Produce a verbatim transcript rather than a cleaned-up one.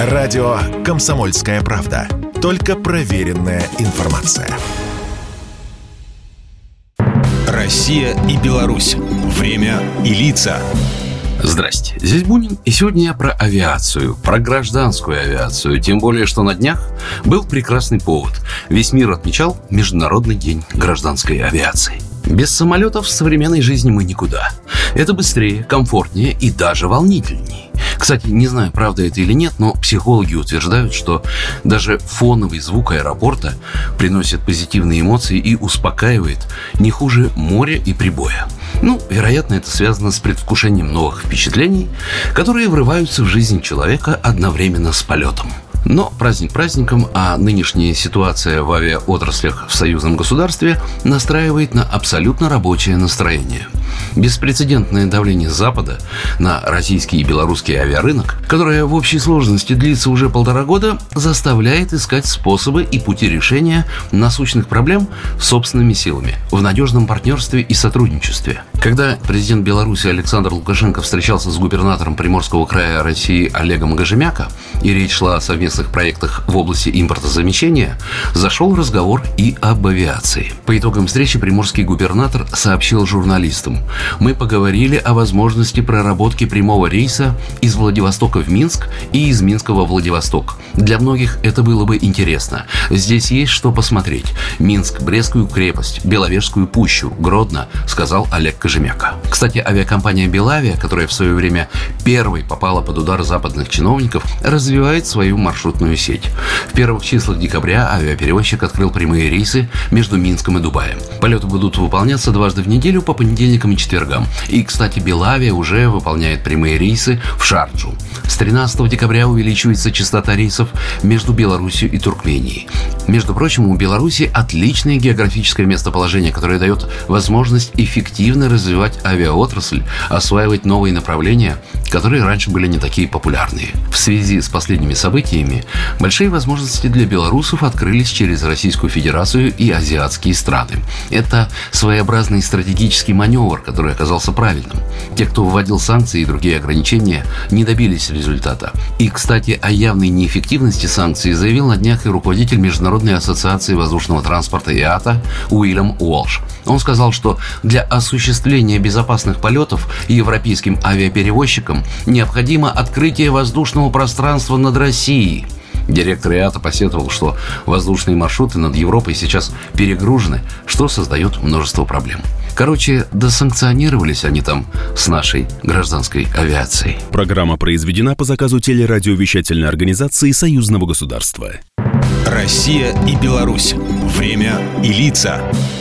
Радио «Комсомольская правда». Только проверенная информация. Россия и Беларусь. Время и лица. Здрасте, здесь Бунин, и сегодня я про авиацию, про гражданскую авиацию, тем более, что на днях был прекрасный повод. Весь мир отмечал Международный день гражданской авиации. Без самолетов в современной жизни мы никуда. Это быстрее, комфортнее и даже волнительнее. Кстати, не знаю, правда это или нет, но психологи утверждают, что даже фоновый звук аэропорта приносит позитивные эмоции и успокаивает не хуже моря и прибоя. Ну, вероятно, это связано с предвкушением новых впечатлений, которые врываются в жизнь человека одновременно с полетом. Но праздник праздником, а нынешняя ситуация в авиаотраслях в союзном государстве настраивает на абсолютно рабочее настроение. Беспрецедентное давление Запада на российский и белорусский авиарынок, которое в общей сложности длится уже полтора года, заставляет искать способы и пути решения насущных проблем собственными силами, в надежном партнерстве и сотрудничестве. Когда президент Беларуси Александр Лукашенко встречался с губернатором Приморского края России Олегом Гожемяко, и речь шла о совместных проектах в области импортозамещения, зашел разговор и об авиации. По итогам встречи приморский губернатор сообщил журналистам: «Мы поговорили о возможности проработки прямого рейса из Владивостока в Минск и из Минска во Владивосток. Для многих это было бы интересно. Здесь есть что посмотреть. Минск, Брестскую крепость, Беловежскую пущу, Гродно», — сказал Олег Кожемяка. Кстати, авиакомпания «Белавия», которая в свое время первой попала под удар западных чиновников, развивает свою маршрутную сеть. В первых числах декабря авиаперевозчик открыл прямые рейсы между Минском и Дубаем. Полеты будут выполняться дважды в неделю по понедельникам и четвергам. И, кстати, «Белавия» уже выполняет прямые рейсы в Шарджу. С тринадцатого декабря увеличивается частота рейсов между Беларусью и Туркменией. Между прочим, у Беларуси отличное географическое местоположение, которое дает возможность эффективно развивать авиаотрасль, осваивать новые направления, которые раньше были не такие популярные. В связи с последними событиями большие возможности для белорусов открылись через Российскую Федерацию и азиатские страны. Это своеобразный стратегический маневр, который оказался правильным. Те, кто вводил санкции и другие ограничения, не добились результата. И, кстати, о явной неэффективности санкций заявил на днях и руководитель Международной ассоциации воздушного транспорта ИАТА Уильям Уолш. Он сказал, что для осуществления безопасных полетов европейским авиаперевозчикам необходимо открытие воздушного пространства над Россией. Директор ИАТА посетовал, что воздушные маршруты над Европой сейчас перегружены, что создает множество проблем. Короче, досанкционировались они там с нашей гражданской авиацией. Программа произведена по заказу телерадиовещательной организации Союзного государства. Россия и Беларусь. Время и лица.